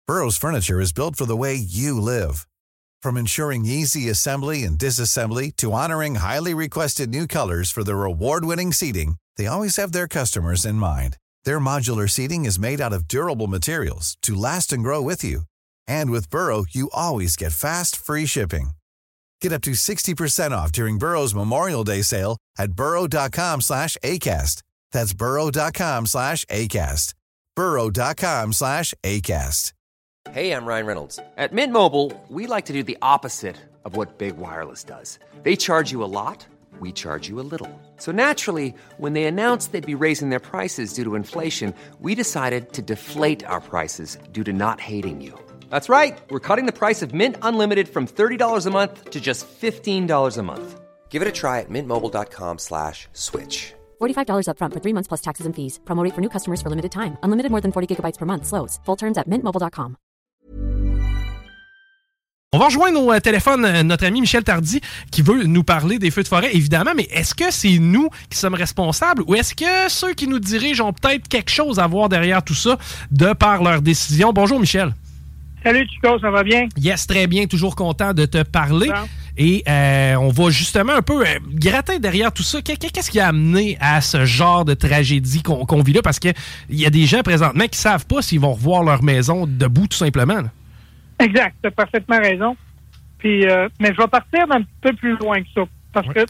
Burrow's furniture is built for the way you live. From ensuring easy assembly and disassembly to honoring highly requested new colors for their award-winning seating, they always have their customers in mind. Their modular seating is made out of durable materials to last and grow with you. And with Burrow, you always get fast, free shipping. Get up to 60% off during Burrow's Memorial Day sale at burrow.com/ACAST. That's burrow.com/ACAST. burrow.com/ACAST. Hey, I'm Ryan Reynolds. At Mint Mobile, we like to do the opposite of what Big Wireless does. They charge you a lot, we charge you a little. So naturally, when they announced they'd be raising their prices due to inflation, we decided to deflate our prices due to not hating you. That's right. We're cutting the price of Mint Unlimited from $30 a month to just $15 a month. Give it a try at mintmobile.com/switch. $45 up front for 3 months plus taxes and fees. Promo rate for new customers for limited time. Unlimited more than 40 gigabytes per month. Slows full terms at mintmobile.com. On va rejoindre au téléphone notre ami Michel Tardy qui veut nous parler des feux de forêt, évidemment, mais est-ce que c'est nous qui sommes responsables ou est-ce que ceux qui nous dirigent ont peut-être quelque chose à voir derrière tout ça de par leurs décisions? Bonjour Michel. Salut Chico, ça va bien? Yes, très bien, toujours content de te parler. Bon. Et on va justement un peu gratter derrière tout ça. Qu'est-ce qui a amené à ce genre de tragédie qu'on vit là? Parce qu'il y a des gens présentement qui savent pas s'ils vont revoir leur maison debout, tout simplement. Là. Exact, tu as parfaitement raison. Puis, mais je vais partir d'un peu plus loin que ça. Parce que,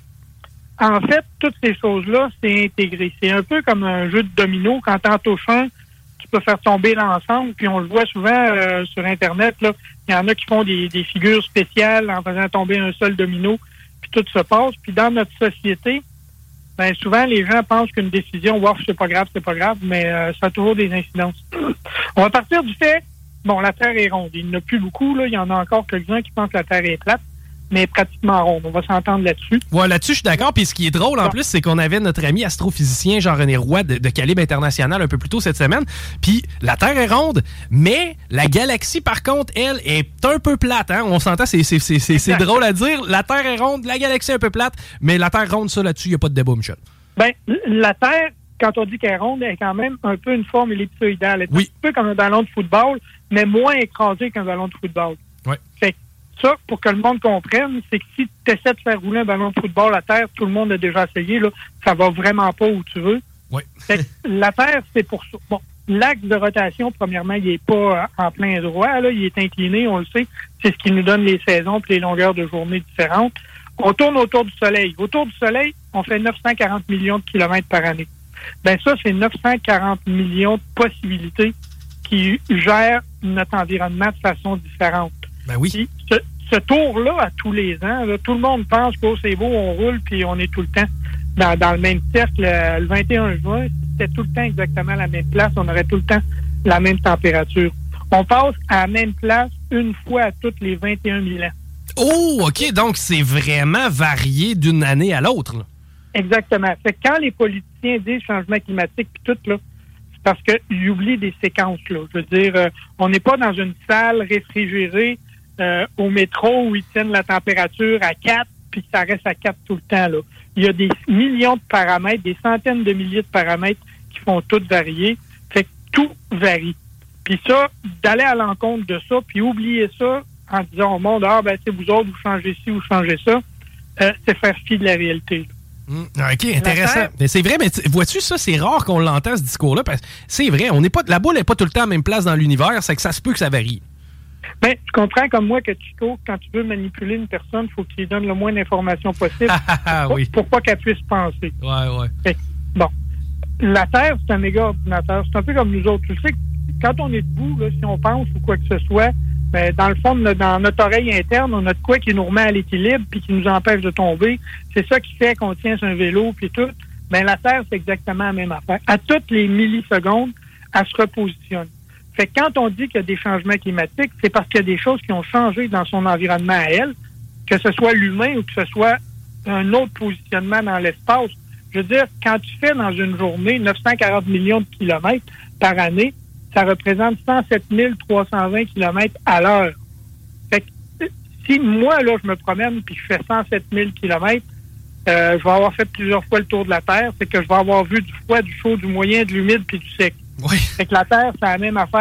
en fait, toutes ces choses-là, c'est intégré. C'est un peu comme un jeu de domino. Quand t'en touches un, tu peux faire tomber l'ensemble. Puis on le voit souvent sur Internet. Là, il y en a qui font des figures spéciales en faisant tomber un seul domino. Puis tout se passe. Puis dans notre société, ben souvent, les gens pensent qu'une décision, wow, c'est pas grave, mais ça a toujours des incidences. On va partir du fait, bon, la Terre est ronde. Il n'y en a plus beaucoup, là. Il y en a encore quelques-uns qui pensent que la Terre est plate, mais pratiquement ronde. On va s'entendre là-dessus. Ouais, là-dessus, je suis d'accord. Puis ce qui est drôle, en plus, c'est qu'on avait notre ami astrophysicien Jean-René Roy de calibre international un peu plus tôt cette semaine. Puis la Terre est ronde, mais la galaxie, par contre, elle, est un peu plate. Hein? On s'entend, c'est drôle à dire. La Terre est ronde, la galaxie est un peu plate, mais la Terre ronde, ça, là-dessus, il n'y a pas de débat, Michel. Ben, la Terre, quand on dit qu'elle est ronde, elle est quand même un peu une forme ellipsoïdale. Elle est un peu comme un ballon de football, mais moins écrasé qu'un ballon de football. Ouais. Fait que ça, pour que le monde comprenne, c'est que si tu essaies de faire rouler un ballon de football à terre, tout le monde l'a déjà essayé, là, ça va vraiment pas où tu veux. Ouais. Fait que la Terre, c'est pour ça. Bon, l'axe de rotation, premièrement, il est pas en plein droit, là, il est incliné, on le sait. C'est ce qui nous donne les saisons et les longueurs de journée différentes. On tourne autour du Soleil. Autour du Soleil, on fait 940 millions de kilomètres par année. Ben ça, c'est 940 millions de possibilités qui gèrent notre environnement de façon différente. Ben oui. Puis, ce tour-là, à tous les ans, là, tout le monde pense que c'est beau, on roule, puis on est tout le temps dans le même cercle. Le 21 juin, c'était tout le temps exactement la même place. On aurait tout le temps la même température. On passe à la même place une fois à toutes les 21 000 ans. Oh, OK. Donc, c'est vraiment varié d'une année à l'autre. Là. Exactement. Fait que quand les politiciens disent changement climatique puis tout, là, c'est parce qu'ils oublient des séquences. Là. Je veux dire, on n'est pas dans une salle réfrigérée au métro où ils tiennent la température à 4 puis que ça reste à 4 tout le temps. Là. Il y a des millions de paramètres, des centaines de milliers de paramètres qui font tout varier. Fait que tout varie. Puis ça, d'aller à l'encontre de ça, puis oublier ça en disant au monde, c'est vous autres, vous changez ci, vous changez ça, c'est faire fi de la réalité. OK, intéressant. Mais c'est vrai, mais vois-tu, ça, c'est rare qu'on l'entend, ce discours-là, parce que c'est vrai, on n'est pas, la boule n'est pas tout le temps à la même place dans l'univers, c'est que ça se peut que ça varie. Ben, tu comprends comme moi que Chico, quand tu veux manipuler une personne, il faut qu'il donne le moins d'informations possible pour pas qu'elle puisse penser. Ouais. Fait, bon, la Terre, c'est un méga ordinateur. C'est un peu comme nous autres. Tu sais, quand on est debout, là, si on pense ou quoi que ce soit, ben, dans le fond, dans notre oreille interne, on a de quoi qui nous remet à l'équilibre puis qui nous empêche de tomber. C'est ça qui fait qu'on tient sur un vélo puis tout. Ben, la Terre, c'est exactement la même affaire. À toutes les millisecondes, elle se repositionne. Fait que quand on dit qu'il y a des changements climatiques, c'est parce qu'il y a des choses qui ont changé dans son environnement à elle, que ce soit l'humain ou que ce soit un autre positionnement dans l'espace. Je veux dire, quand tu fais dans une journée 940 millions de kilomètres par année, ça représente 107 320 kilomètres à l'heure. Fait que si moi, là, je me promène puis je fais 107 000 kilomètres, je vais avoir fait plusieurs fois le tour de la Terre, c'est que je vais avoir vu du froid, du chaud, du moyen, de l'humide puis du sec. Oui. Fait que la Terre, c'est la même affaire.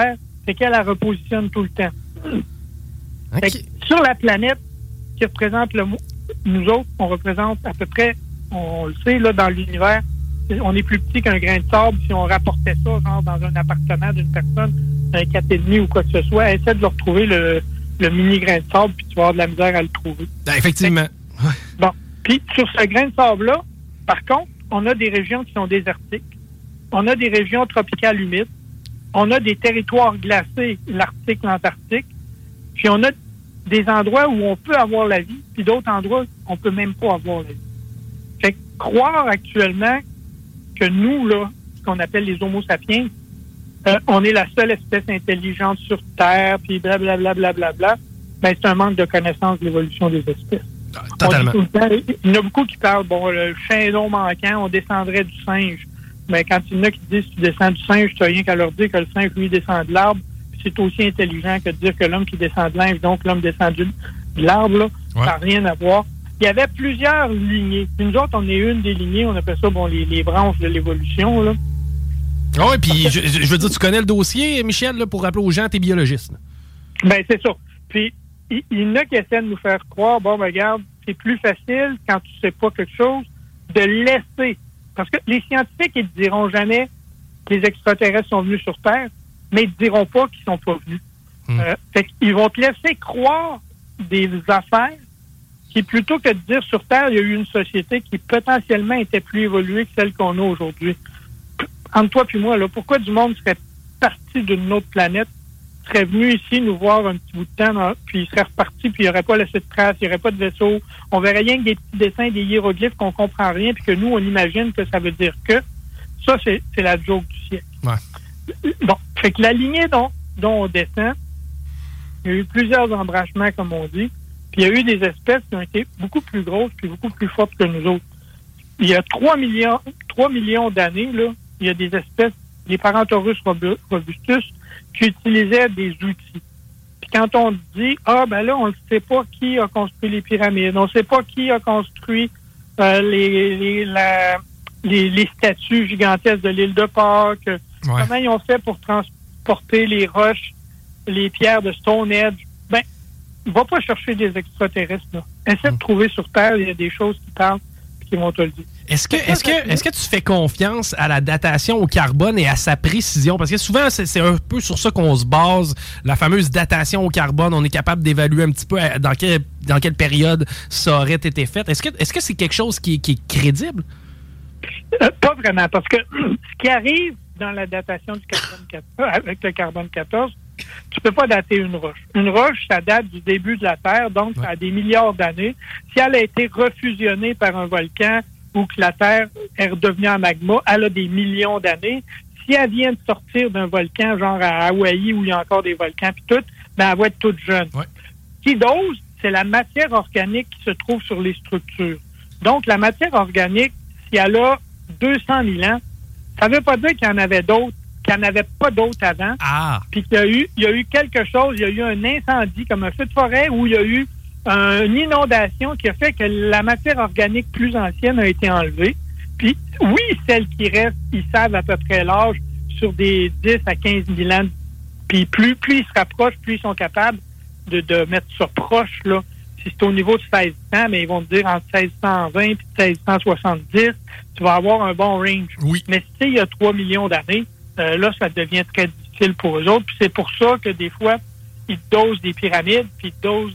c'est qu'elle la repositionne tout le temps. OK. Fait que sur la planète qui représente nous autres, on représente à peu près, on le sait, là, dans l'univers, on est plus petit qu'un grain de sable. Si on rapportait ça, genre, dans un appartement d'une personne, un 4,5 ou quoi que ce soit, essaie de le retrouver, le mini grain de sable, puis tu vas avoir de la misère à le trouver. Effectivement. Bon. Puis, sur ce grain de sable-là, par contre, on a des régions qui sont désertiques. On a des régions tropicales humides. On a des territoires glacés, l'Arctique, l'Antarctique. Puis, on a des endroits où on peut avoir la vie, puis d'autres endroits où on peut même pas avoir la vie. Fait que croire actuellement que nous, là, ce qu'on appelle les Homo sapiens, on est la seule espèce intelligente sur Terre, puis blablabla, ben, c'est un manque de connaissance de l'évolution des espèces. Totalement. Il y en a beaucoup qui parlent, bon, le chaînon manquant, on descendrait du singe. Mais quand il y en a qui disent si tu descends du singe, tu n'as rien qu'à leur dire que le singe, lui, descend de l'arbre. Puis c'est aussi intelligent que de dire que l'homme qui descend de l'âge, donc l'homme descend de l'arbre, là, ça n'a rien à voir. Il y avait plusieurs lignées. Puis nous autres, on est une des lignées, on appelle ça, bon, les branches de l'évolution, là. Oui, puis je veux dire, tu connais le dossier, Michel, là, pour rappeler aux gens, t'es biologiste. Ben, c'est ça. Puis, il y en a qui essaient de nous faire croire, bon, ben, regarde, c'est plus facile quand tu sais pas quelque chose, de laisser. Parce que les scientifiques, ils ne diront jamais que les extraterrestres sont venus sur Terre, mais ils ne diront pas qu'ils sont pas venus. Fait qu'ils vont te laisser croire des affaires qui, plutôt que de dire sur Terre, il y a eu une société qui potentiellement était plus évoluée que celle qu'on a aujourd'hui. Entre toi et moi, là, pourquoi du monde serait parti d'une autre planète, serait venu ici nous voir un petit bout de temps, là, puis il serait reparti, puis il n'y aurait pas laissé de traces, il n'y aurait pas de vaisseau, on verrait rien que des petits dessins, des hiéroglyphes qu'on comprend rien, puis que nous, on imagine que ça veut dire que. Ça, c'est la joke du siècle. Ouais. Bon, fait que la lignée dont on descend, il y a eu plusieurs embranchements, comme on dit, puis il y a eu des espèces qui ont été beaucoup plus grosses puis beaucoup plus fortes que nous autres. Il y a 3 millions d'années, là, il y a des espèces, les Paranthropus robustus, qui utilisaient des outils. Puis quand on dit, ben là, on ne sait pas qui a construit les pyramides, on ne sait pas qui a construit les statues gigantesques de l'île de Pâques, comment ils ont fait pour transporter les roches, les pierres de Stonehenge, ben, va pas chercher des extraterrestres, là. Essaie de trouver sur Terre, il y a des choses qui parlent et qui vont te le dire. Est-ce que tu fais confiance à la datation au carbone et à sa précision? Parce que souvent, c'est un peu sur ça qu'on se base, la fameuse datation au carbone. On est capable d'évaluer un petit peu dans quelle période ça aurait été fait. Est-ce que c'est quelque chose qui est crédible? Pas vraiment, parce que ce qui arrive dans la datation du carbone 14, avec le carbone 14, tu peux pas dater une roche. Une roche, ça date du début de la Terre, donc ça a des milliards d'années. Si elle a été refusionnée par un volcan ou que la Terre est redevenue en magma, elle a des millions d'années. Si elle vient de sortir d'un volcan, genre à Hawaï, où il y a encore des volcans puis tout, ben elle va être toute jeune. Ouais. Ce qui dose, c'est la matière organique qui se trouve sur les structures. Donc, la matière organique, si elle a 200 000 ans, ça veut pas dire qu'il y en avait d'autres, qu'il n'y en avait pas d'autres avant. Puis qu'il y a eu quelque chose, il y a eu un incendie comme un feu de forêt où il y a eu une inondation qui a fait que la matière organique plus ancienne a été enlevée. Puis oui, celles qui restent, ils savent à peu près l'âge sur des 10 à 15 000 ans. Puis plus ils se rapprochent, plus ils sont capables de mettre ça proche, là. Si c'est au niveau de 1600, mais ils vont te dire entre 1620 et 1670, tu vas avoir un bon range. Oui. Mais si il y a 3 millions d'années, là, ça devient très difficile pour eux autres. Puis c'est pour ça que des fois, ils dosent des pyramides, puis ils dosent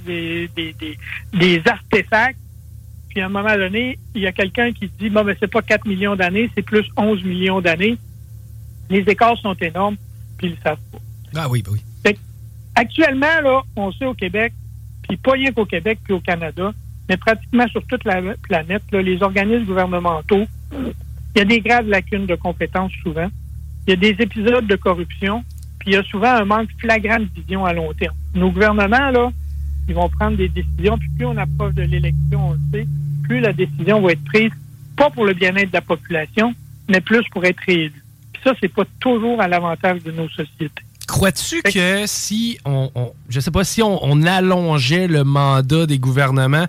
des artefacts. Puis à un moment donné, il y a quelqu'un qui se dit, bon, mais c'est pas 4 millions d'années, c'est plus 11 millions d'années. Les écarts sont énormes, puis ils le savent pas. Ah oui, oui. Fait, actuellement, là, on sait au Québec, puis pas rien qu'au Québec puis au Canada, mais pratiquement sur toute la planète, là, les organismes gouvernementaux, il y a des graves lacunes de compétences souvent. Il y a des épisodes de corruption, puis il y a souvent un manque flagrant de vision à long terme. Nos gouvernements, là, ils vont prendre des décisions, puis plus on approche de l'élection, on le sait, plus la décision va être prise, pas pour le bien-être de la population, mais plus pour être réélu. Puis ça, c'est pas toujours à l'avantage de nos sociétés. Crois-tu que si on allongeait le mandat des gouvernements,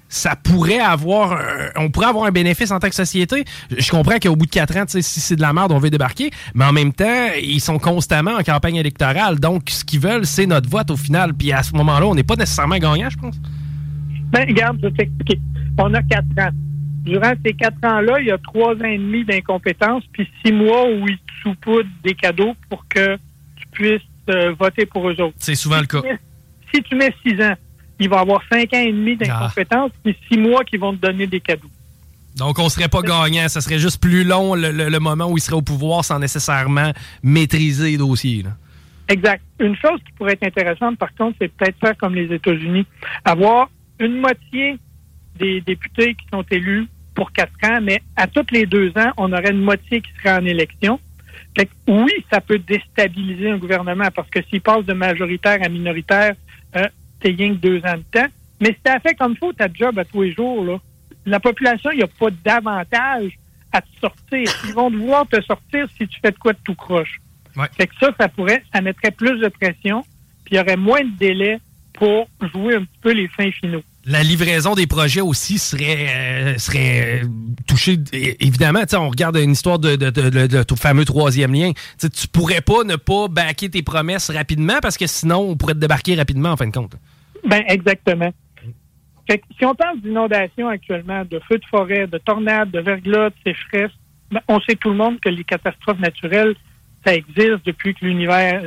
ça pourrait avoir on pourrait avoir un bénéfice en tant que société. Je comprends qu'au bout de 4 ans, si c'est de la merde, on veut débarquer, mais en même temps, ils sont constamment en campagne électorale. Donc, ce qu'ils veulent, c'est notre vote au final. Puis à ce moment-là, on n'est pas nécessairement gagnant, je pense. Ben, regarde, je vais t'expliquer. On a 4 ans. Durant ces 4 ans-là, il y a 3 ans et demi d'incompétence, puis 6 mois où ils te saupoudrent des cadeaux pour que tu puisses voter pour eux autres. C'est souvent le cas. Si tu mets 6 ans, il va y avoir 5 ans et demi d'incompétence, puis 6 mois qui vont te donner des cadeaux. Donc, on ne serait pas gagnant. Ça serait juste plus long le moment où il serait au pouvoir sans nécessairement maîtriser les dossiers. Là. Exact. Une chose qui pourrait être intéressante, par contre, c'est peut-être faire comme les États-Unis. Avoir une moitié des députés qui sont élus pour 4 ans, mais à tous les 2 ans, on aurait une moitié qui serait en élection. Fait que, oui, ça peut déstabiliser un gouvernement parce que s'il passe de majoritaire à minoritaire, c'est rien que 2 ans de temps. Mais si tu as fait comme il faut ta job à tous les jours, là, la population, il n'y a pas d'avantage à te sortir. Ils vont devoir te sortir si tu fais de quoi de tout croche. Ouais. Fait que ça mettrait plus de pression, puis il y aurait moins de délai pour jouer un petit peu les fins finaux. La livraison des projets aussi serait touchée. Évidemment, on regarde une histoire de ton fameux 3e lien. T'sais, tu pourrais pas ne pas backer tes promesses rapidement parce que sinon, on pourrait te débarquer rapidement en fin de compte. Ben exactement. Fait que, si on parle d'inondations actuellement, de feux de forêt, de tornades, de verglas, de sécheresse, ben, on sait tout le monde que les catastrophes naturelles, ça existe depuis que l'univers,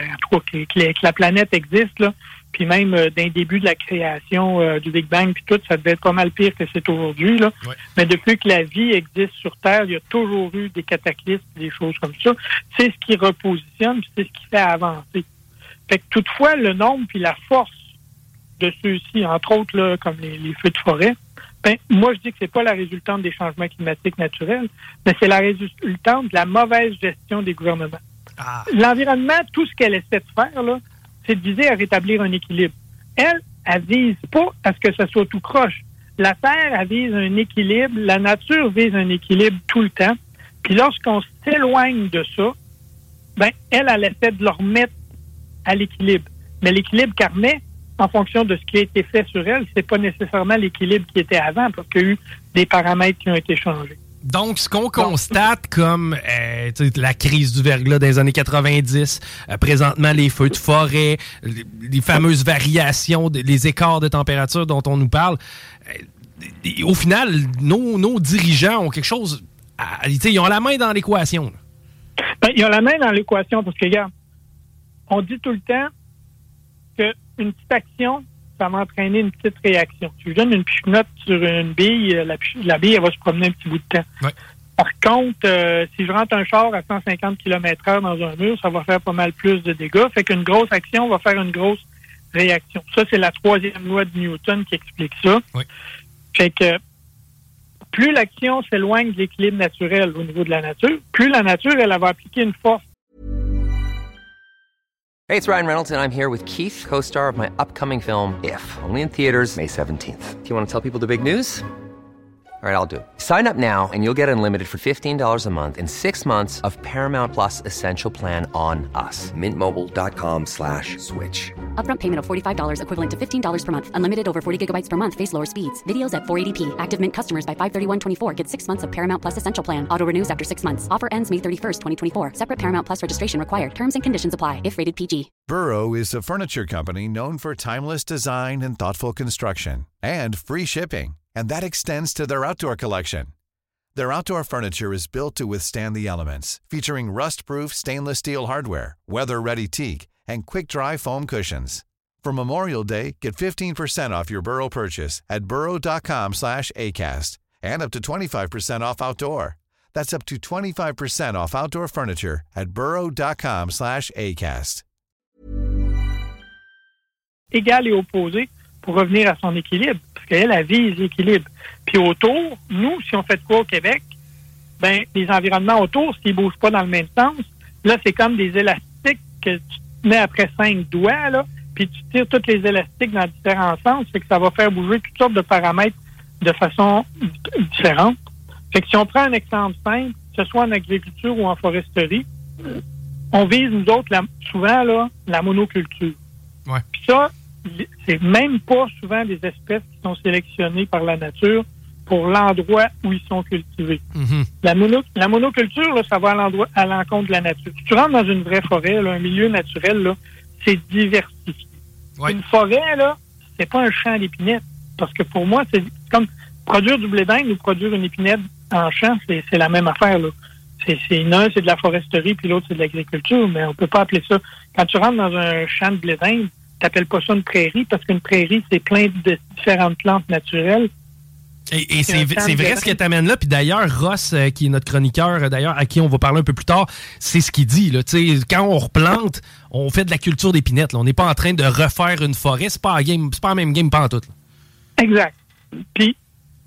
que la planète existe, là. Puis même d'un début de la création du Big Bang, puis tout, ça devait être pas mal pire que c'est aujourd'hui, là. Ouais. Mais depuis que la vie existe sur Terre, il y a toujours eu des cataclysmes, des choses comme ça. C'est ce qui repositionne, puis c'est ce qui fait avancer. Fait que toutefois, le nombre puis la force de ceux-ci, entre autres, là, comme les feux de forêt, ben, moi, je dis que c'est pas la résultante des changements climatiques naturels, mais c'est la résultante de la mauvaise gestion des gouvernements. Ah. L'environnement, tout ce qu'elle essaie de faire, là, c'est de viser à rétablir un équilibre. Elle vise pas à ce que ça soit tout croche. La Terre, elle vise un équilibre. La nature vise un équilibre tout le temps. Puis lorsqu'on s'éloigne de ça, ben, elle essaie de le remettre à l'équilibre. Mais l'équilibre qu'elle remet, en fonction de ce qui a été fait sur elle, c'est pas nécessairement l'équilibre qui était avant, parce qu'il y a eu des paramètres qui ont été changés. Donc, ce qu'on constate comme la crise du verglas des années 90, présentement les feux de forêt, les fameuses variations, les écarts de température dont on nous parle, au final, nos dirigeants ont quelque chose... ils ont la main dans l'équation. Ben, ils ont la main dans l'équation parce que, regarde, on dit tout le temps qu'une petite action, ça va entraîner une petite réaction. Si je donne une pichenote sur une bille, la bille, elle va se promener un petit bout de temps. Ouais. Par contre, si je rentre un char à 150 km/h dans un mur, ça va faire pas mal plus de dégâts. Fait qu'une grosse action va faire une grosse réaction. Ça, c'est la 3e loi de Newton qui explique ça. Oui. Fait que plus l'action s'éloigne de l'équilibre naturel au niveau de la nature, plus la nature, elle va appliquer une force. Hey, it's Ryan Reynolds, and I'm here with Keith, co-star of my upcoming film, If, only in theaters May 17th. Do you want to tell people the big news? All right, I'll do it. Sign up now and you'll get unlimited for $15 a month and 6 months of Paramount Plus Essential Plan on us. MintMobile.com/switch. Upfront payment of $45 equivalent to $15 per month. Unlimited over 40 gigabytes per month. Face lower speeds. Videos at 480p. Active Mint customers by 531.24 get 6 months of Paramount Plus Essential Plan. Auto renews after 6 months. Offer ends May 31st, 2024. Separate Paramount Plus registration required. Terms and conditions apply if rated PG. Burrow is a furniture company known for timeless design and thoughtful construction and free shipping. And that extends to their outdoor collection. Their outdoor furniture is built to withstand the elements, featuring rust-proof stainless steel hardware, weather-ready teak, and quick-dry foam cushions. For Memorial Day, get 15% off your Burrow purchase at burrow.com/ACAST and up to 25% off outdoor. That's up to 25% off outdoor furniture at burrow.com/ACAST. Égal et opposé pour revenir à son équilibre, parce qu'elle vise l'équilibre. Puis autour, nous, si on fait de quoi au Québec, ben les environnements autour, s'ils ne bougent pas dans le même sens, là, c'est comme des élastiques que tu mets après 5 doigts, là, puis tu tires tous les élastiques dans différents sens, fait que ça va faire bouger toutes sortes de paramètres de façon différente. Fait que si on prend un exemple simple, que ce soit en agriculture ou en foresterie, on vise, nous autres, souvent, là, la monoculture. Ouais. Puis ça, c'est même pas souvent des espèces qui sont sélectionnées par la nature pour l'endroit où ils sont cultivés. Mm-hmm. La monoculture, là, ça va à l'encontre de la nature. Si tu rentres dans une vraie forêt, là, un milieu naturel, là, c'est diversifié. Ouais. Une forêt, là, c'est pas un champ d'épinettes. Parce que pour moi, c'est comme produire du blé d'Inde ou produire une épinette en champ, c'est la même affaire, là. L'un, c'est de la foresterie, puis l'autre, c'est de l'agriculture, mais on peut pas appeler ça. Quand tu rentres dans un champ de blé d'Inde, t'appelles pas ça une prairie, parce qu'une prairie, c'est plein de différentes plantes naturelles. Et c'est vrai ce que tu amènes là. Puis d'ailleurs, Ross, qui est notre chroniqueur, d'ailleurs, à qui on va parler un peu plus tard, c'est ce qu'il dit. Là. Quand on replante, on fait de la culture d'épinettes. Là. On n'est pas en train de refaire une forêt. C'est pas la même game pantoute. Exact. Puis,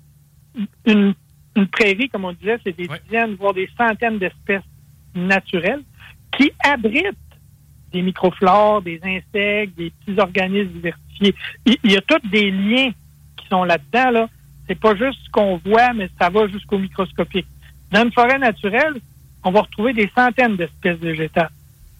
une prairie, comme on disait, c'est des dizaines, voire des centaines d'espèces naturelles qui abritent des microflores, des insectes, des petits organismes diversifiés. Il y a tous des liens qui sont là-dedans, là. C'est pas juste ce qu'on voit, mais ça va jusqu'au microscopique. Dans une forêt naturelle, on va retrouver des centaines d'espèces végétales.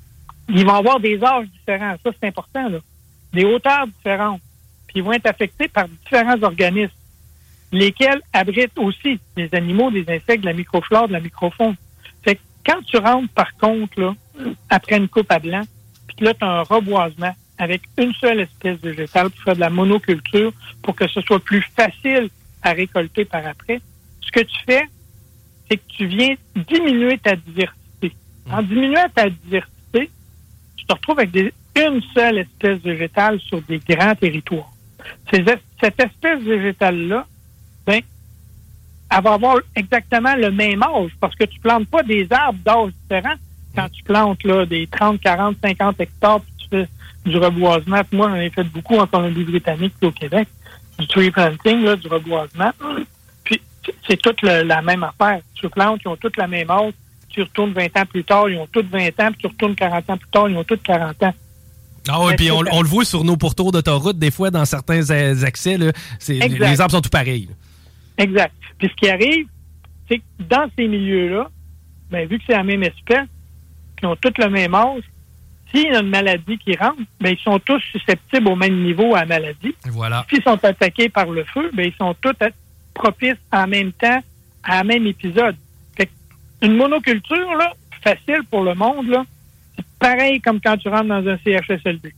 Ils vont avoir des âges différents. Ça, c'est important, là. Des hauteurs différentes. Puis ils vont être affectés par différents organismes, lesquels abritent aussi des animaux, des insectes, de la microflore, de la microfaune. Fait que quand tu rentres, par contre, là, après une coupe à blanc, puis là, tu as un reboisement avec une seule espèce végétale pour faire de la monoculture, pour que ce soit plus facile à récolter par après, ce que tu fais, c'est que tu viens diminuer ta diversité. En diminuant ta diversité, tu te retrouves avec une seule espèce végétale sur des grands territoires. Cette espèce végétale-là, ben, elle va avoir exactement le même âge, parce que tu plantes pas des arbres d'âge différents quand tu plantes là, des 30, 40, 50 hectares, puis tu fais du reboisement. Puis moi, j'en ai fait beaucoup en Colombie-Britannique et au Québec. Du tree planting, là, du reboisement. Puis, c'est toute la même affaire. Tu plantes, ils ont toutes la même âge. Tu retournes 20 ans plus tard, ils ont toutes 20 ans. Puis tu retournes 40 ans plus tard, ils ont toutes 40 ans. Ah oui, puis on le voit sur nos pourtours d'autoroute, des fois, dans certains accès, là, les arbres sont tout pareils. Là. Exact. Puis ce qui arrive, c'est que dans ces milieux-là, ben, vu que c'est la même espèce, qui ont toutes le même âge, s'il y a une maladie qui rentre, ben, ils sont tous susceptibles au même niveau à la maladie. Voilà. S'ils sont attaqués par le feu, ben, ils sont tous propices en même temps à un même épisode. Fait une monoculture, là, facile pour le monde, là, c'est pareil comme quand tu rentres dans un CHSLD.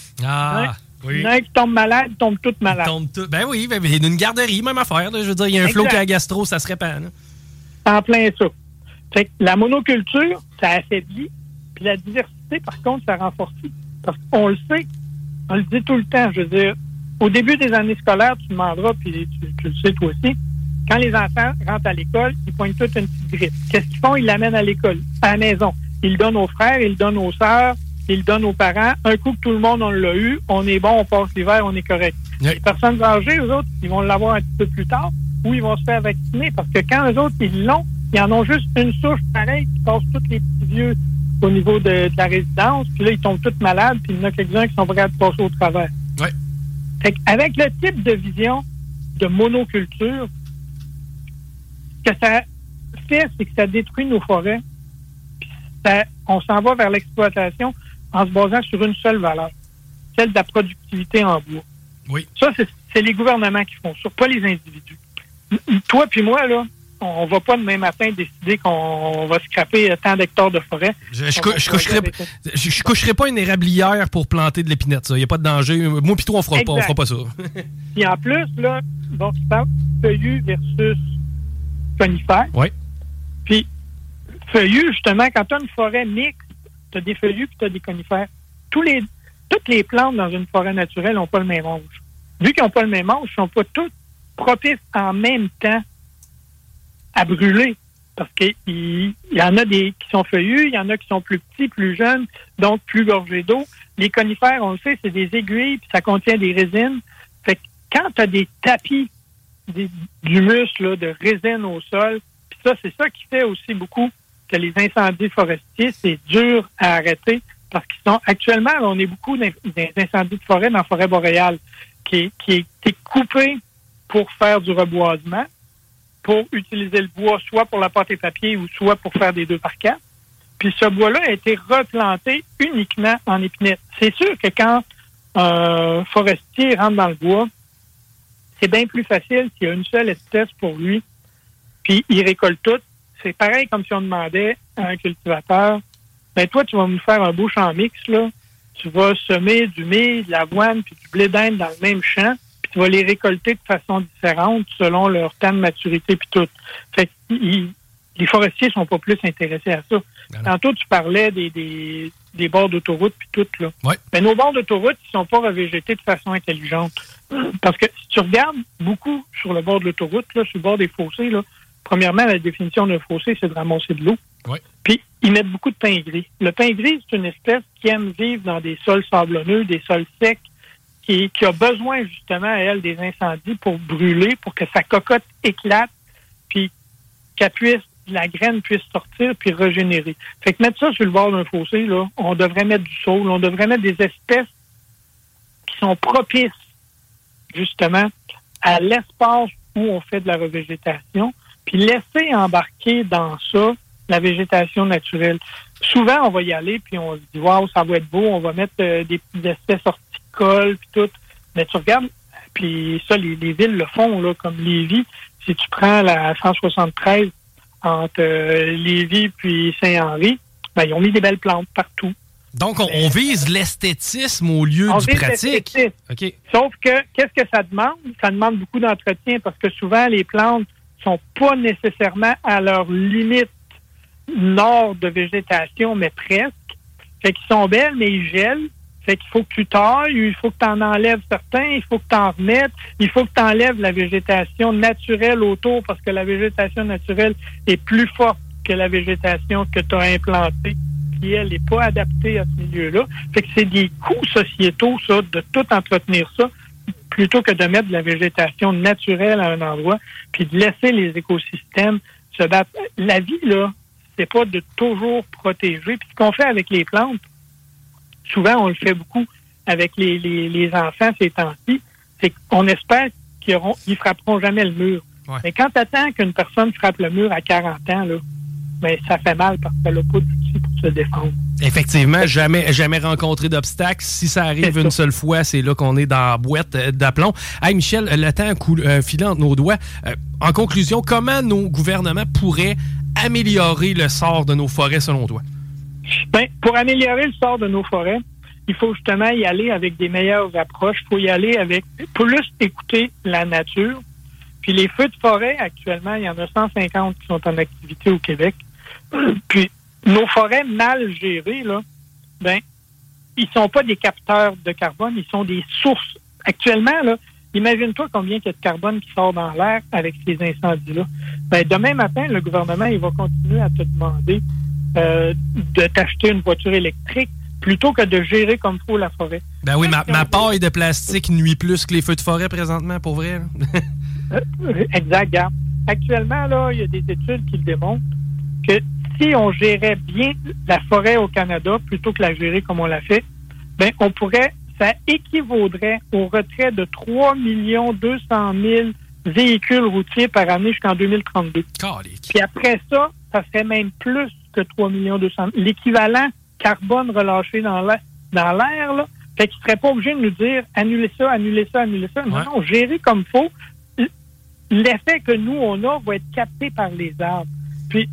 Ah, oui. Il y en a qui tombent malades, ils tombent tous malades. Ben oui, ben, une garderie, même affaire. Là, je veux dire, il y a un flot qui a gastro, ça se répand. En plein ça. Fait que la monoculture, ça affaiblit. Puis la diversité, par contre, ça renforce. Parce qu'on le sait, on le dit tout le temps. Je veux dire, au début des années scolaires, tu demanderas, puis tu le sais toi aussi, quand les enfants rentrent à l'école, ils poignent toute une petite grippe. Qu'est-ce qu'ils font? Ils l'amènent à l'école, à la maison. Ils le donnent aux frères, ils le donnent aux sœurs, ils le donnent aux parents. Un coup que tout le monde, on l'a eu, on est bon, on passe l'hiver, on est correct. Oui. Les personnes âgées, eux autres, ils vont l'avoir un petit peu plus tard, ou ils vont se faire vacciner, parce que quand eux autres, ils l'ont, ils en ont juste une souche pareille qui passe tous les petits vieux au niveau de la résidence, puis là, ils tombent tous malades, puis il y en a quelques-uns qui sont prêts à passer au travers. Oui. Fait qu'avec le type de vision de monoculture, ce que ça fait, c'est que ça détruit nos forêts. Puis on s'en va vers l'exploitation en se basant sur une seule valeur, celle de la productivité en bois. Oui. Ça, c'est les gouvernements qui font ça, pas les individus. Toi puis moi, là, on va pas demain matin décider qu'on va scraper tant d'hectares de forêt. Je coucherai pas une érablière pour planter de l'épinette, ça. Il n'y a pas de danger. Moi pis toi, on fera pas ça. Puis en plus, là, bon, tu parles feuillu versus conifère. Oui. Puis feuillu, justement, quand tu as une forêt mixte, tu as des feuillus puis tu as des conifères. Toutes les plantes dans une forêt naturelle n'ont pas le même âge. Vu qu'ils n'ont pas le même âge, ils ne sont pas toutes propices en même temps à brûler. Parce qu'il y en a des qui sont feuillus, il y en a qui sont plus petits, plus jeunes, donc plus gorgés d'eau. Les conifères, on le sait, c'est des aiguilles, puis ça contient des résines. Fait que quand tu as des tapis d'humus, là, de résine au sol, puis ça, c'est ça qui fait aussi beaucoup que les incendies forestiers, c'est dur à arrêter, parce qu'ils sont actuellement, là, on est beaucoup d'incendies de forêt dans la forêt boréale, qui est coupé pour faire du reboisement, pour utiliser le bois, soit pour la pâte et papier ou soit pour faire des 2x4. Puis ce bois-là a été replanté uniquement en épinette. C'est sûr que quand un forestier rentre dans le bois, c'est bien plus facile s'il y a une seule espèce pour lui, puis il récolte tout. C'est pareil comme si on demandait à un cultivateur, ben toi, tu vas me faire un beau champ mix, là. Tu vas semer du mil, de l'avoine, puis du blé d'Inde dans le même champ, puis tu vas les récolter de façon différente selon leur temps de maturité, puis tout. Fait que les forestiers sont pas plus intéressés à ça. Tantôt, tu parlais des bords d'autoroute, puis tout, là. Ouais. Ben, nos bords d'autoroute, ils sont pas revégétés de façon intelligente. Parce que si tu regardes beaucoup sur le bord de l'autoroute, là, sur le bord des fossés, là, premièrement, la définition d'un fossé, c'est de ramasser de l'eau. Ouais. Puis, ils mettent beaucoup de pin gris. Le pin gris, c'est une espèce qui aime vivre dans des sols sablonneux, des sols secs, qui a besoin, justement, elle, des incendies pour brûler, pour que sa cocotte éclate, puis la graine puisse sortir puis régénérer. Fait que mettre ça sur le bord d'un fossé, là, on devrait mettre du saule, on devrait mettre des espèces qui sont propices, justement, à l'espace où on fait de la revégétation, puis laisser embarquer dans ça la végétation naturelle. Souvent, on va y aller, puis on se dit, waouh, ça va être beau, on va mettre des petites espèces horticoles, puis tout. Mais tu regardes, puis ça, les villes le font, là, comme Lévis. Si tu prends la 173 entre Lévis puis Saint-Henri, ben, ils ont mis des belles plantes partout. Donc, on vise l'esthétisme au lieu du pratique. Okay. Sauf que, qu'est-ce que ça demande? Ça demande beaucoup d'entretien parce que souvent, les plantes sont pas nécessairement à leur limite nord de végétation, mais presque. Fait qu'ils sont belles, mais ils gèlent. Fait qu'il faut que tu tailles, il faut que tu en enlèves certains, il faut que tu en remettes, il faut que tu enlèves la végétation naturelle autour parce que la végétation naturelle est plus forte que la végétation que tu as implantée. Puis elle n'est pas adaptée à ce milieu-là. Fait que c'est des coûts sociétaux, ça, de tout entretenir ça, plutôt que de mettre de la végétation naturelle à un endroit, puis de laisser les écosystèmes se battre. La vie, là, c'est pas de toujours protéger. Puis ce qu'on fait avec les plantes, souvent, on le fait beaucoup avec les enfants ces temps-ci, c'est qu'on espère qu'ils frapperont jamais le mur. Ouais. Mais quand tu attends qu'une personne frappe le mur à 40 ans, là, ben, ça fait mal parce qu'elle n'a pas d'outils pour se défendre. Effectivement, jamais rencontré d'obstacle. Si ça arrive une seule fois, c'est là qu'on est dans la boîte d'aplomb. Hey Michel, le temps filant entre nos doigts. En conclusion, comment nos gouvernements pourraient améliorer le sort de nos forêts selon toi? Ben, pour améliorer le sort de nos forêts, il faut justement y aller avec des meilleures approches. Il faut y aller avec plus écouter la nature. Puis les feux de forêt, actuellement, il y en a 150 qui sont en activité au Québec. Puis nos forêts mal gérées, là, ben, ils sont pas des capteurs de carbone, ils sont des sources. Actuellement, là, imagine-toi combien il y a de carbone qui sort dans l'air avec ces incendies-là. Ben, demain matin, le gouvernement, il va continuer à te demander de t'acheter une voiture électrique plutôt que de gérer comme il faut la forêt. Ben oui, ma paille de plastique nuit plus que les feux de forêt présentement, pour vrai. Exact, regarde. Actuellement, là, il y a des études qui le démontrent que si on gérait bien la forêt au Canada plutôt que la gérer comme on l'a fait, ben ça équivaudrait au retrait de 3 200 000 véhicules routiers par année jusqu'en 2032. Calique. Puis après ça serait même plus que 3 200 000. L'équivalent carbone relâché dans l'air, là, fait qu'il ne serait pas obligé de nous dire annulez ça, annulez ça, annulez ça. Ouais. Non, gérer comme il faut. L'effet que nous, on a va être capté par les arbres. Puis,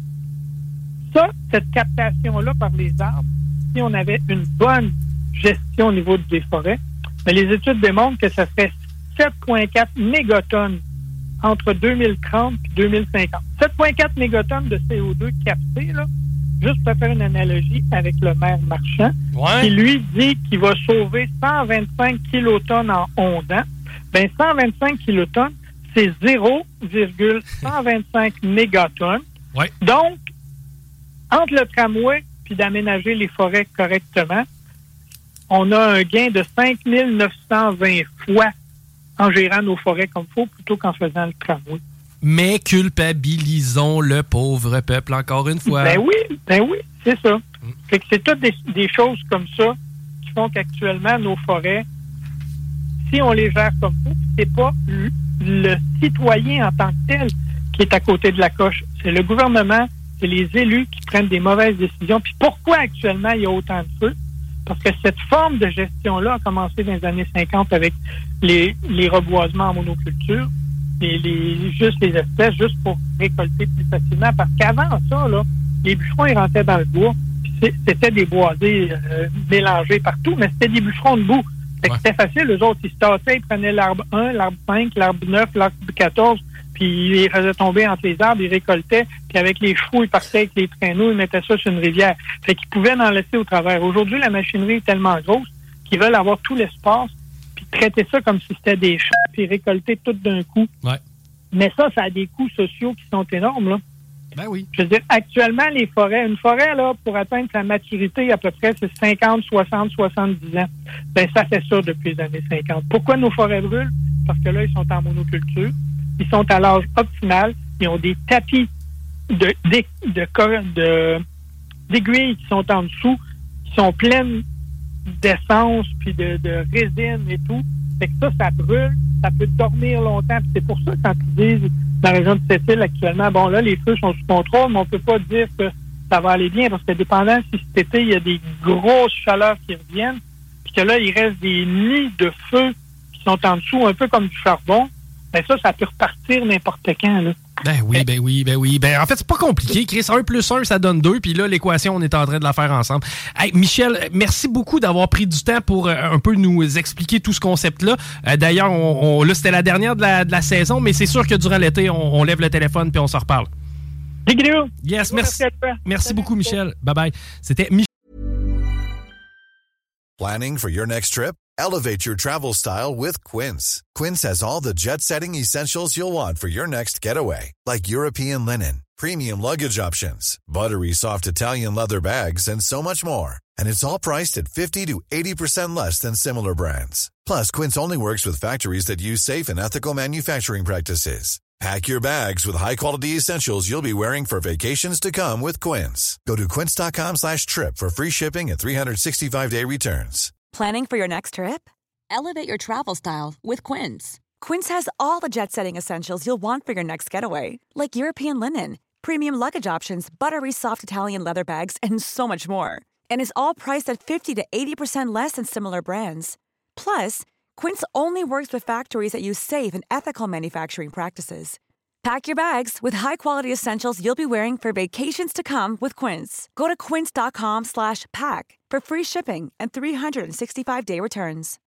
cette captation-là par les arbres, si on avait une bonne gestion au niveau des forêts, mais les études démontrent que ça serait 7,4 mégatonnes entre 2030 et 2050. 7,4 mégatonnes de CO2 captées, là, juste pour faire une analogie avec le maire Marchand, qui lui dit qu'il va sauver 125 kilotonnes en 11 ans. Ben 125 kilotonnes, c'est 0,125 mégatonnes. Ouais. Donc, entre le tramway puis d'aménager les forêts correctement, on a un gain de 5 920 fois en gérant nos forêts comme il faut plutôt qu'en faisant le tramway. Mais culpabilisons le pauvre peuple encore une fois. Ben oui, c'est ça. Fait que c'est toutes des choses comme ça qui font qu'actuellement, nos forêts, si on les gère comme ça, c'est pas le citoyen en tant que tel qui est à côté de la coche. C'est le gouvernement, c'est les élus qui prennent des mauvaises décisions. Puis pourquoi actuellement il y a autant de feux? Parce que cette forme de gestion-là a commencé dans les années 50 avec les reboisements en monoculture, juste les espèces, juste pour récolter plus facilement. Parce qu'avant ça, là, les bûcherons, ils rentraient dans le bois, puis c'était des boisés mélangés partout, mais c'était des bûcherons de boue. C'était facile, eux autres, ils se tassaient, ils prenaient l'arbre 1, l'arbre 5, l'arbre 9, l'arbre 14, puis ils les faisaient tomber entre les arbres, ils récoltaient, puis avec les chevaux, ils partaient avec les traîneaux, ils mettaient ça sur une rivière. Fait qu'ils pouvaient en laisser au travers. Aujourd'hui, la machinerie est tellement grosse qu'ils veulent avoir tout l'espace, puis traiter ça comme si c'était des champs, puis récolter tout d'un coup. Ouais. Mais ça a des coûts sociaux qui sont énormes, là. Ben oui. Je veux dire, actuellement, les forêts, une forêt, là, pour atteindre sa maturité, à peu près, c'est 50, 60, 70 ans. Ben, ça fait ça depuis les années 50. Pourquoi nos forêts brûlent? Parce que là, ils sont en monoculture. Ils sont à l'âge optimal. Ils ont des tapis d'aiguilles qui sont en dessous, qui sont pleines d'essence, puis de résine et tout. Fait que ça brûle. Ça peut dormir longtemps. Puis c'est pour ça, quand ils disent, dans la région de Sept-Îles, actuellement, bon, là, les feux sont sous contrôle, mais on peut pas dire que ça va aller bien, parce que dépendant si cet été, il y a des grosses chaleurs qui reviennent, puis que là, il reste des nids de feu qui sont en dessous, un peu comme du charbon, ben ça peut repartir n'importe quand, là. Ben oui. Ben, en fait, c'est pas compliqué. Chris, 1 + 1, ça donne 2. Puis là, l'équation, on est en train de la faire ensemble. Hey, Michel, merci beaucoup d'avoir pris du temps pour un peu nous expliquer tout ce concept-là. D'ailleurs, là, c'était la dernière de la saison, mais c'est sûr que durant l'été, on lève le téléphone puis on s'en reparle. Yes, merci. Merci beaucoup, Michel. Bye-bye. C'était Michel. Planning for your next trip? Elevate your travel style with Quince. Quince has all the jet-setting essentials you'll want for your next getaway, like European linen, premium luggage options, buttery soft Italian leather bags, and so much more. And it's all priced at 50 to 80% less than similar brands. Plus, Quince only works with factories that use safe and ethical manufacturing practices. Pack your bags with high-quality essentials you'll be wearing for vacations to come with Quince. Go to quince.com/trip for free shipping and 365-day returns. Planning for your next trip? Elevate your travel style with Quince. Quince has all the jet-setting essentials you'll want for your next getaway, like European linen, premium luggage options, buttery soft Italian leather bags, and so much more. And is all priced at 50 to 80% less than similar brands. Plus, Quince only works with factories that use safe and ethical manufacturing practices. Pack your bags with high-quality essentials you'll be wearing for vacations to come with Quince. Go to quince.com/pack for free shipping and 365-day returns.